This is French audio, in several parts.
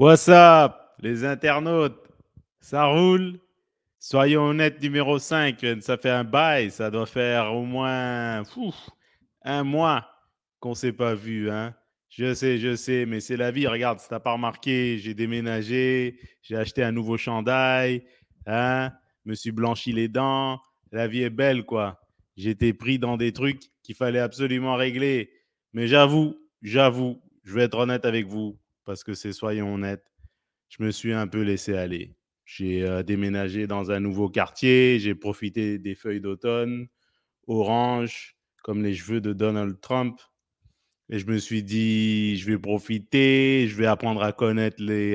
What's up, les internautes? Ça roule? Soyons honnêtes, numéro 5. Ça fait un bail, ça doit faire au moins un mois qu'on ne s'est pas vu, hein? Je sais, mais c'est la vie. Regarde, si t'as pas remarqué, j'ai déménagé, j'ai acheté un nouveau chandail, hein? Me suis blanchi les dents. La vie est belle, quoi. J'étais pris dans des trucs qu'il fallait absolument régler. Mais j'avoue, je vais être honnête avec vous, parce que c'est soyons honnêtes, je me suis un peu laissé aller. J'ai déménagé dans un nouveau quartier, j'ai profité des feuilles d'automne, orange, comme les cheveux de Donald Trump. Et je me suis dit, je vais profiter, je vais apprendre à connaître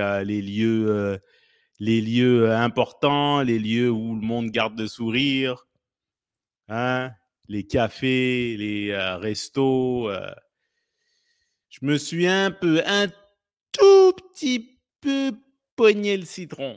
les lieux importants, les lieux où le monde garde le sourire, hein, les cafés, les restos. Je me suis un tout petit peu pogné le citron.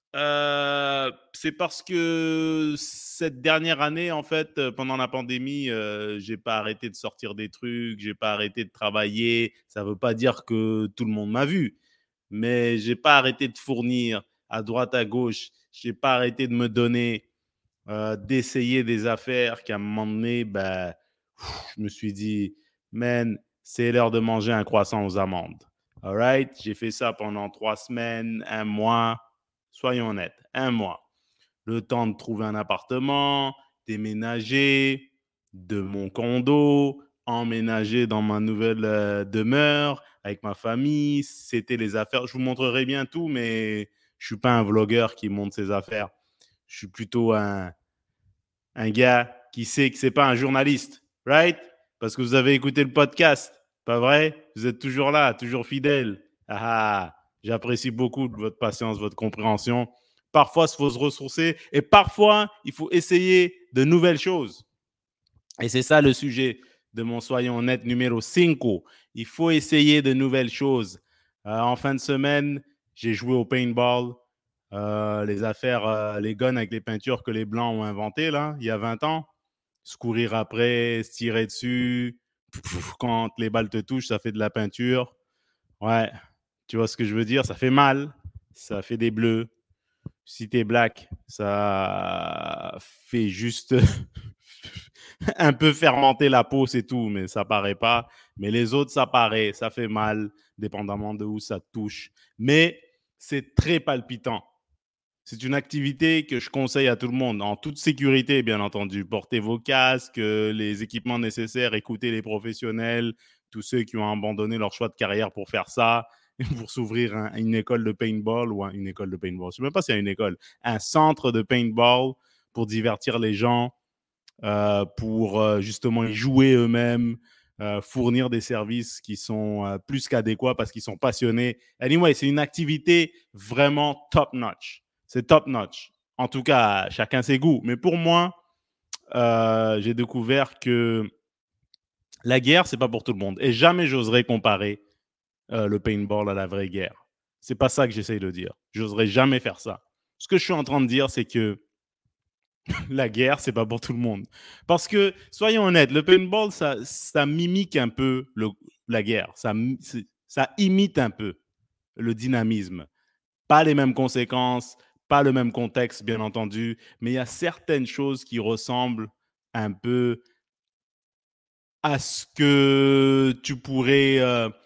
C'est parce que cette dernière année, en fait, pendant la pandémie, j'ai pas arrêté de sortir des trucs, j'ai pas arrêté de travailler. Ça veut pas dire que tout le monde m'a vu, mais j'ai pas arrêté de fournir à droite, à gauche. J'ai pas arrêté de me donner, d'essayer des affaires qu'à un moment donné, ben, je me suis dit, man, c'est l'heure de manger un croissant aux amandes. All right? J'ai fait ça pendant 3 semaines, un mois. Soyons honnêtes, un mois. Le temps de trouver un appartement, déménager de mon condo, emménager dans ma nouvelle demeure avec ma famille. C'était les affaires. Je vous montrerai bien tout, mais je suis pas un vlogueur qui montre ses affaires. Je suis plutôt un gars qui sait que c'est pas un journaliste, right? Parce que vous avez écouté le podcast, pas vrai? Vous êtes toujours là, toujours fidèle. Ah, j'apprécie beaucoup votre patience, votre compréhension. Parfois, il faut se ressourcer et parfois, il faut essayer de nouvelles choses. Et c'est ça le sujet de mon Soyons honnêtes numéro 5. Il faut essayer de nouvelles choses. En fin de semaine, j'ai joué au paintball. Les affaires, les guns avec les peintures que les Blancs ont inventées, là, il y a 20 ans. Se courir après, se tirer dessus. Quand les balles te touchent, ça fait de la peinture. Ouais, tu vois ce que je veux dire? Ça fait mal. Ça fait des bleus. Si t'es black, ça fait juste un peu fermenter la peau, c'est tout, mais ça paraît pas. Mais les autres, ça paraît, ça fait mal, dépendamment de où ça te touche. Mais c'est très palpitant. C'est une activité que je conseille à tout le monde, en toute sécurité, bien entendu. Portez vos casques, les équipements nécessaires, écoutez les professionnels, tous ceux qui ont abandonné leur choix de carrière pour faire ça, pour s'ouvrir une école de paintball ou une école de paintball. Je ne sais même pas s'il y a une école, un centre de paintball pour divertir les gens, pour justement y jouer eux-mêmes, fournir des services qui sont plus qu'adéquats parce qu'ils sont passionnés. Anyway, c'est une activité vraiment top-notch. C'est top-notch. En tout cas, chacun ses goûts. Mais pour moi, j'ai découvert que la guerre, c'est pas pour tout le monde. Et jamais j'oserais comparer le paintball à la vraie guerre. C'est pas ça que j'essaye de dire. J'oserais jamais faire ça. Ce que je suis en train de dire, c'est que la guerre, c'est pas pour tout le monde. Parce que, soyons honnêtes, le paintball, ça mimique un peu la guerre. Ça imite un peu le dynamisme. Pas les mêmes conséquences, pas le même contexte, bien entendu, mais il y a certaines choses qui ressemblent un peu à ce que tu pourrais,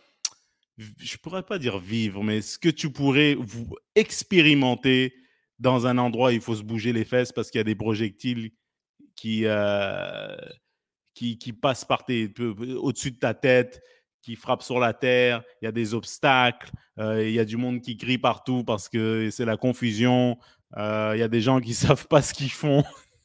je pourrais pas dire vivre, mais ce que tu pourrais expérimenter dans un endroit où il faut se bouger les fesses parce qu'il y a des projectiles qui, euh, qui passent au-dessus de ta tête, qui frappent sur la terre. Il y a des obstacles. Il y a du monde qui crie partout parce que c'est la confusion. Il y a des gens qui ne savent pas ce qu'ils font.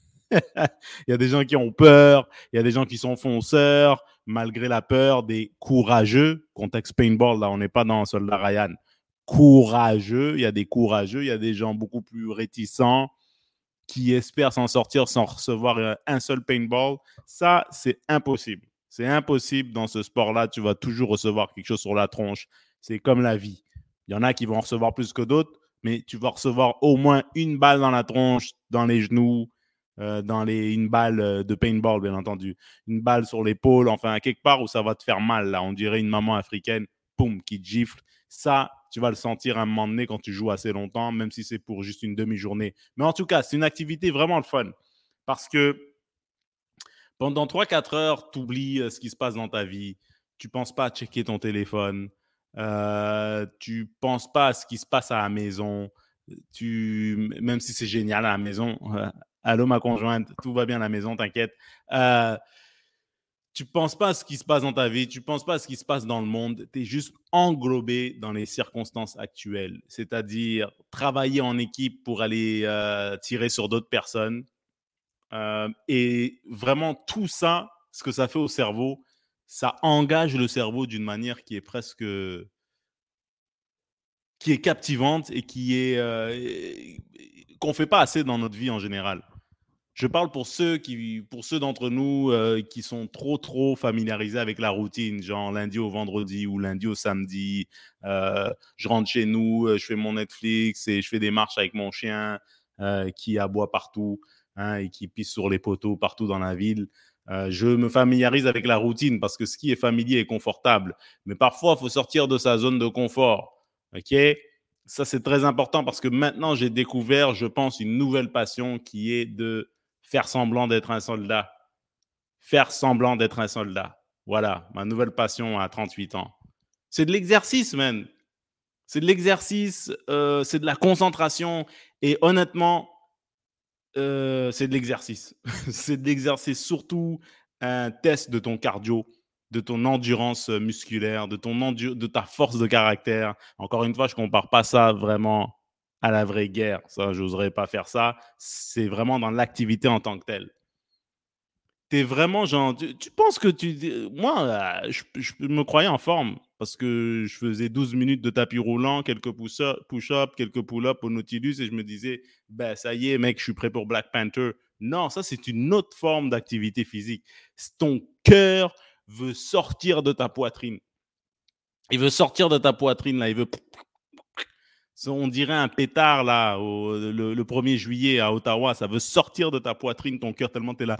Il y a des gens qui ont peur. Il y a des gens qui sont fonceurs, malgré la peur, des courageux. Contexte paintball, là, on n'est pas dans Soldat Ryan. Courageux, il y a des courageux, il y a des gens beaucoup plus réticents qui espèrent s'en sortir sans recevoir un seul paintball. Ça, c'est impossible. C'est impossible dans ce sport-là. Tu vas toujours recevoir quelque chose sur la tronche. C'est comme la vie. Il y en a qui vont en recevoir plus que d'autres, mais tu vas recevoir au moins une balle dans la tronche, dans les genoux, une balle de paintball, bien entendu. Une balle sur l'épaule, enfin, quelque part où ça va te faire mal. Là. On dirait une maman africaine, poum, qui te gifle. Ça, tu vas le sentir un moment donné quand tu joues assez longtemps, même si c'est pour juste une demi-journée. Mais en tout cas, c'est une activité vraiment le fun parce que pendant 3 4 heures, tu oublies ce qui se passe dans ta vie. Tu ne penses pas à checker ton téléphone. Tu ne penses pas à ce qui se passe à la maison. Même si c'est génial à la maison. Allô, ma conjointe, tout va bien à la maison, t'inquiète. Euh, tu ne penses pas à ce qui se passe dans ta vie, tu ne penses pas à ce qui se passe dans le monde, tu es juste englobé dans les circonstances actuelles, c'est-à-dire travailler en équipe pour aller tirer sur d'autres personnes. Et vraiment, tout ça, ce que ça fait au cerveau, ça engage le cerveau d'une manière qui est presque qui est captivante et qui est qu'on ne fait pas assez dans notre vie en général. Je parle pour ceux d'entre nous qui sont trop familiarisés avec la routine, genre lundi au vendredi ou lundi au samedi. Je rentre chez nous, je fais mon Netflix et je fais des marches avec mon chien qui aboie partout et qui pisse sur les poteaux partout dans la ville. Je me familiarise avec la routine parce que ce qui est familier est confortable. Mais parfois, il faut sortir de sa zone de confort. OK? Ça, c'est très important parce que maintenant, j'ai découvert, je pense, une nouvelle passion qui est de faire semblant d'être un soldat. Faire semblant d'être un soldat. Voilà, ma nouvelle passion à 38 ans. C'est de l'exercice, man. C'est de l'exercice, c'est de la concentration. Et honnêtement, c'est de l'exercice. C'est de l'exercice, surtout un test de ton cardio, de ton endurance musculaire, de ta force de caractère. Encore une fois, je ne compare pas ça vraiment à la vraie guerre. Ça, je n'oserais pas faire ça. C'est vraiment dans l'activité en tant que telle. T'es vraiment genre, tu penses que moi, je me croyais en forme parce que je faisais 12 minutes de tapis roulant, quelques push-ups, quelques pull-ups au Nautilus et je me disais, ben ça y est, mec, je suis prêt pour Black Panther. Non, ça, c'est une autre forme d'activité physique. Ton cœur veut sortir de ta poitrine. Il veut sortir de ta poitrine, là. Il veut. On dirait un pétard, là, le 1er juillet à Ottawa. Ça veut sortir de ta poitrine, ton cœur, tellement t'es là.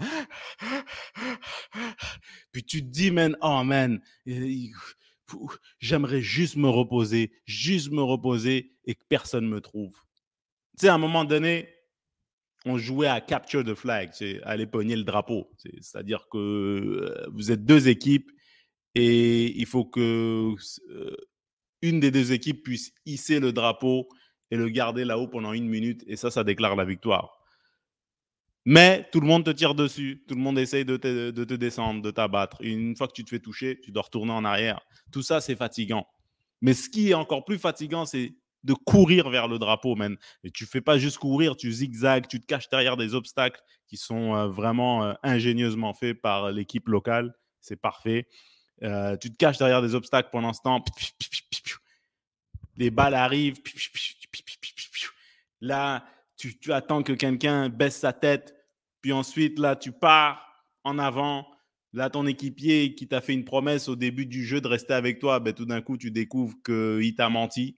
Puis tu te dis, man, oh man, j'aimerais juste me reposer et que personne me trouve. Tu sais, à un moment donné, on jouait à Capture the Flag, à pogner le drapeau. C'est-à-dire que vous êtes deux équipes et il faut que une des deux équipes puisse hisser le drapeau et le garder là-haut pendant 1 minute et ça déclare la victoire. Mais tout le monde te tire dessus, tout le monde essaye de te descendre, de t'abattre. Et une fois que tu te fais toucher, tu dois retourner en arrière. Tout ça, c'est fatigant. Mais ce qui est encore plus fatigant, c'est de courir vers le drapeau, man. Et tu ne fais pas juste courir, tu zigzags, tu te caches derrière des obstacles qui sont vraiment ingénieusement faits par l'équipe locale. C'est parfait. Tu te caches derrière des obstacles pendant ce temps. Les balles arrivent. Là, tu attends que quelqu'un baisse sa tête. Puis ensuite, là, tu pars en avant. Là, ton équipier qui t'a fait une promesse au début du jeu de rester avec toi, ben, tout d'un coup, tu découvres qu'il t'a menti.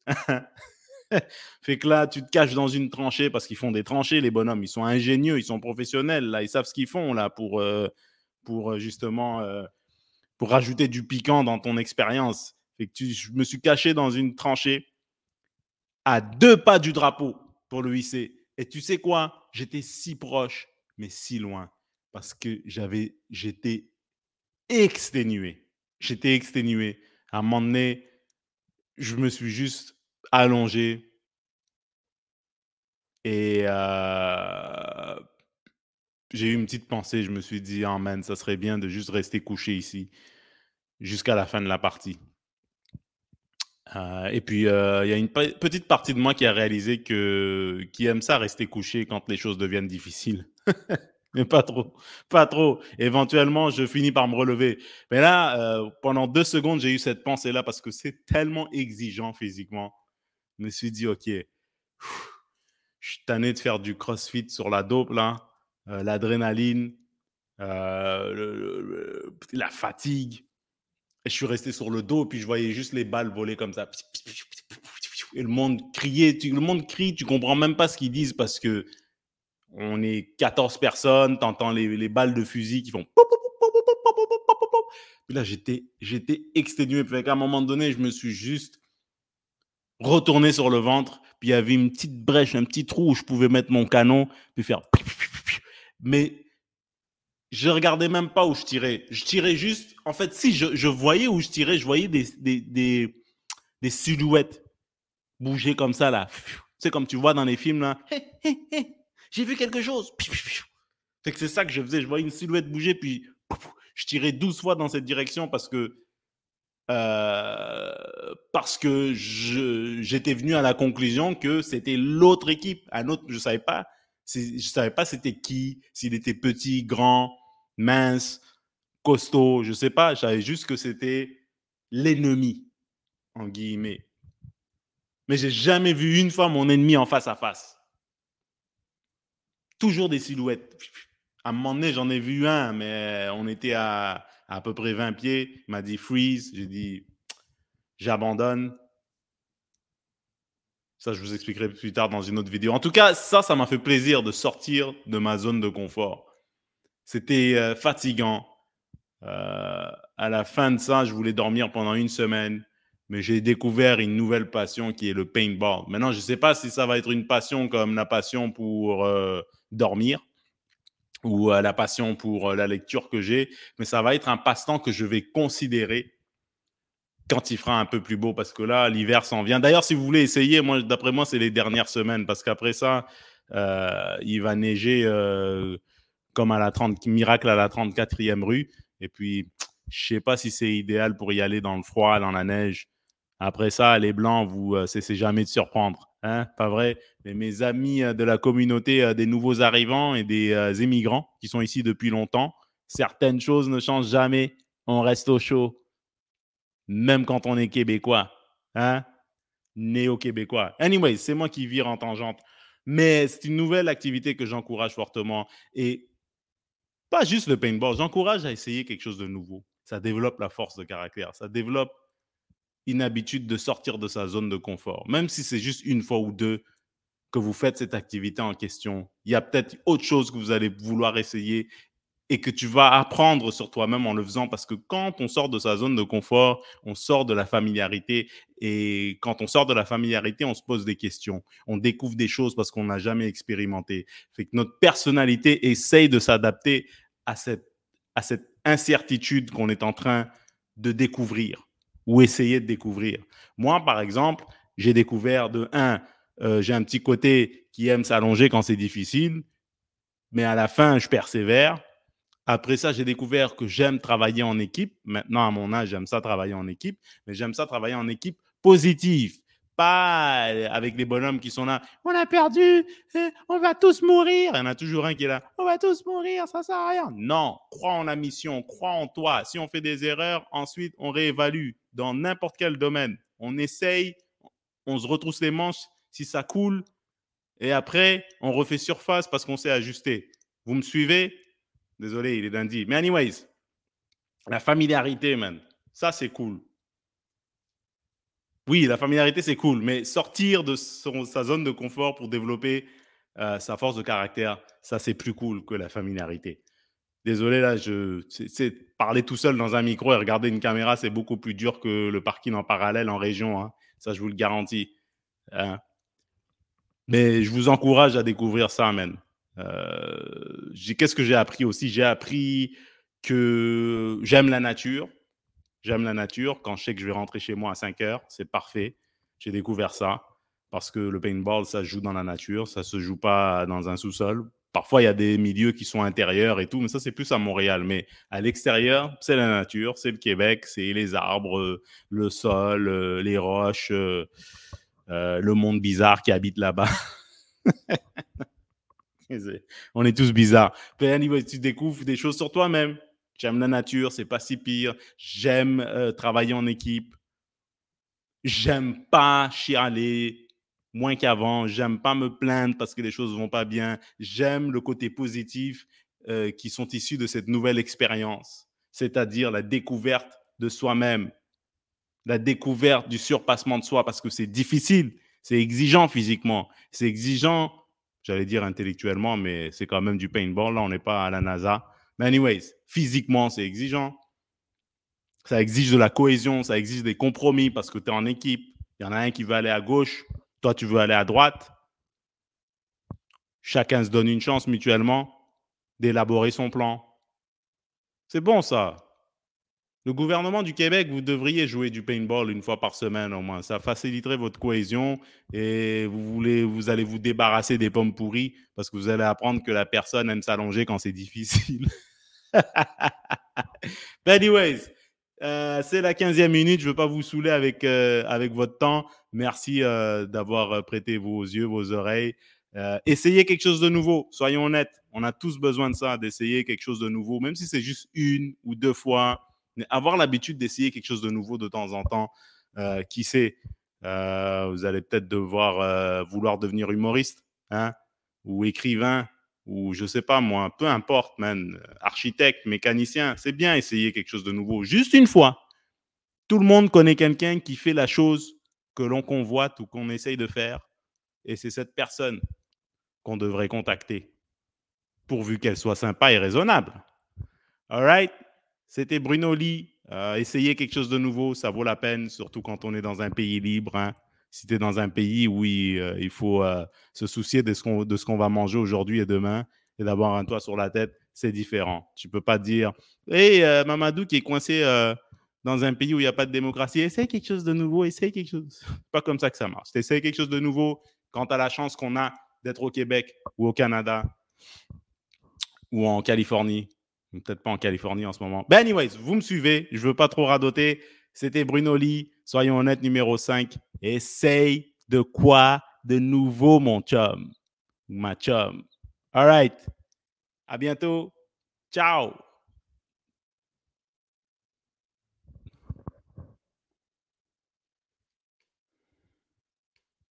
Fait que là, tu te caches dans une tranchée parce qu'ils font des tranchées, les bonhommes. Ils sont ingénieux, ils sont professionnels. Là, ils savent ce qu'ils font là pour justement pour rajouter du piquant dans ton expérience. Fait que je me suis caché dans une tranchée à 2 pas du drapeau pour le hisser. Et tu sais quoi? J'étais si proche, mais si loin. Parce que j'étais exténué. J'étais exténué. À un moment donné, je me suis juste allongé et j'ai eu une petite pensée. Je me suis dit, oh man, ça serait bien de juste rester couché ici jusqu'à la fin de la partie. Et puis, il y a une petite partie de moi qui a réalisé qui aime ça rester couché quand les choses deviennent difficiles. Mais pas trop, pas trop. Éventuellement, je finis par me relever. Mais là, pendant 2 secondes, j'ai eu cette pensée-là parce que c'est tellement exigeant physiquement. Je me suis dit, OK, je suis tanné de faire du crossfit sur la dope, là, l'adrénaline, la fatigue. Et je suis resté sur le dos, puis je voyais juste les balles voler comme ça. Et le monde criait, le monde crie, tu comprends même pas ce qu'ils disent parce que on est 14 personnes, t'entends les balles de fusil qui font. Puis là, j'étais exténué. Puis à un moment donné, je me suis juste retourner sur le ventre, puis il y avait une petite brèche, un petit trou où je pouvais mettre mon canon, puis faire. Mais je regardais même pas où je tirais. Je tirais juste. En fait, si je voyais où je tirais, je voyais des silhouettes bouger comme ça, là. Tu sais, comme tu vois dans les films, là. J'ai vu quelque chose. Fait que c'est ça que je faisais. Je voyais une silhouette bouger, puis je tirais 12 fois dans cette direction parce que j'étais venu à la conclusion que c'était l'autre équipe. Un autre, je savais pas. Je savais pas c'était qui, s'il était petit, grand, mince, costaud, je sais pas. Je savais juste que c'était l'ennemi, en guillemets. Mais j'ai jamais vu une fois mon ennemi en face à face. Toujours des silhouettes. À un moment donné, j'en ai vu un, mais on était à peu près 20 pieds. Il m'a dit freeze. J'ai dit j'abandonne. Ça, je vous expliquerai plus tard dans une autre vidéo. En tout cas, ça m'a fait plaisir de sortir de ma zone de confort. C'était fatigant. À la fin de ça, je voulais dormir pendant une semaine, mais j'ai découvert une nouvelle passion qui est le paintball. Maintenant, je ne sais pas si ça va être une passion comme la passion pour dormir ou la passion pour la lecture que j'ai, mais ça va être un passe-temps que je vais considérer quand il fera un peu plus beau, parce que là, l'hiver s'en vient. D'ailleurs, si vous voulez essayer, moi, d'après moi, c'est les dernières semaines, parce qu'après ça, il va neiger comme à la 30, miracle à la 34e rue. Et puis, je sais pas si c'est idéal pour y aller dans le froid, dans la neige. Après ça, les Blancs, vous cessez jamais de surprendre. Hein, pas vrai? Mais mes amis de la communauté des nouveaux arrivants et des émigrants qui sont ici depuis longtemps, certaines choses ne changent jamais. On reste au chaud même quand on est québécois, hein, néo-québécois. Anyways, c'est moi qui vire en tangente. Mais c'est une nouvelle activité que j'encourage fortement. Et pas juste le paintball, j'encourage à essayer quelque chose de nouveau. Ça développe la force de caractère, ça développe une habitude de sortir de sa zone de confort. Même si c'est juste une fois ou deux que vous faites cette activité en question, il y a peut-être autre chose que vous allez vouloir essayer et que tu vas apprendre sur toi-même en le faisant, parce que quand on sort de sa zone de confort, on sort de la familiarité, et quand on sort de la familiarité, on se pose des questions, on découvre des choses parce qu'on n'a jamais expérimenté. Fait que notre personnalité essaye de s'adapter à cette incertitude qu'on est en train de découvrir ou essayer de découvrir. Moi, par exemple, j'ai découvert j'ai un petit côté qui aime s'allonger quand c'est difficile, mais à la fin, je persévère. Après ça, j'ai découvert que j'aime travailler en équipe. Maintenant, à mon âge, j'aime ça travailler en équipe, mais j'aime ça travailler en équipe positive. Pas avec les bonhommes qui sont là. On a perdu, on va tous mourir. Il y en a toujours un qui est là. On va tous mourir, ça sert à rien. Non, crois en la mission, crois en toi. Si on fait des erreurs, ensuite, on réévalue dans n'importe quel domaine. On essaye, on se retrousse les manches si ça coule, et après, on refait surface parce qu'on s'est ajusté. Vous me suivez? Désolé, il est lundi. Mais anyways, la familiarité, man, ça, c'est cool. Oui, la familiarité, c'est cool, mais sortir de sa zone de confort pour développer sa force de caractère, ça, c'est plus cool que la familiarité. Désolé, là, parler tout seul dans un micro et regarder une caméra, c'est beaucoup plus dur que le parking en parallèle en région. Hein. Ça, je vous le garantis. Hein. Mais je vous encourage à découvrir ça, man. Qu'est-ce que j'ai appris aussi? J'ai appris que j'aime la nature. J'aime la nature. Quand je sais que je vais rentrer chez moi à 5 heures, c'est parfait. J'ai découvert ça parce que le paintball, ça se joue dans la nature. Ça ne se joue pas dans un sous-sol. Parfois, il y a des milieux qui sont intérieurs et tout, mais ça, c'est plus à Montréal. Mais à l'extérieur, c'est la nature, c'est le Québec, c'est les arbres, le sol, les roches, le monde bizarre qui habite là-bas. On est tous bizarres. Puis anyway, tu découvres des choses sur toi-même. J'aime la nature, c'est pas si pire. J'aime travailler en équipe. J'aime pas chialer moins qu'avant. J'aime pas me plaindre parce que les choses vont pas bien. J'aime le côté positif qui sont issus de cette nouvelle expérience, c'est-à-dire la découverte de soi-même, la découverte du surpassement de soi, parce que c'est difficile, c'est exigeant physiquement, c'est exigeant, j'allais dire intellectuellement, mais c'est quand même du paintball, là on n'est pas à la NASA. Mais anyways, physiquement c'est exigeant, ça exige de la cohésion, ça exige des compromis parce que tu es en équipe, Il y en a un qui veut aller à gauche, toi, tu veux aller à droite. Chacun se donne une chance mutuellement d'élaborer son plan. C'est bon, ça. Le gouvernement du Québec, vous devriez jouer du paintball une fois par semaine au moins. Ça faciliterait votre cohésion et vous allez vous débarrasser des pommes pourries parce que vous allez apprendre que la personne aime s'allonger quand c'est difficile. But anyways, c'est la 15e minute. Je ne veux pas vous saouler avec votre temps. Merci d'avoir prêté vos yeux, vos oreilles. Essayez quelque chose de nouveau. Soyons honnêtes. On a tous besoin de ça, d'essayer quelque chose de nouveau, même si c'est juste une ou deux fois. Mais avoir l'habitude d'essayer quelque chose de nouveau de temps en temps. Qui sait, vous allez peut-être devoir vouloir devenir humoriste, hein, ou écrivain, ou je sais pas moi, peu importe, man, architecte, mécanicien, c'est bien essayer quelque chose de nouveau, juste une fois. Tout le monde connaît quelqu'un qui fait la chose que l'on convoite ou qu'on essaye de faire, et c'est cette personne qu'on devrait contacter, pourvu qu'elle soit sympa et raisonnable. All right? C'était Bruno Lee. Essayez quelque chose de nouveau, ça vaut la peine, surtout quand on est dans un pays libre, hein. Si tu es dans un pays où il faut se soucier de ce qu'on va manger aujourd'hui et demain et d'avoir un toit sur la tête, c'est différent. Tu ne peux pas dire hey, Mamadou qui est coincé dans un pays où il n'y a pas de démocratie, essaye quelque chose de nouveau, essaye quelque chose. C'est pas comme ça que ça marche. Tu essayes quelque chose de nouveau quand tu as la chance qu'on a d'être au Québec ou au Canada ou en Californie. Peut-être pas en Californie en ce moment. Ben anyways, vous me suivez. Je veux pas trop radoter. C'était Bruno Lee. Soyons honnêtes, numéro 5. Essaye de quoi de nouveau, mon chum. Ma chum. All right. À bientôt. Ciao.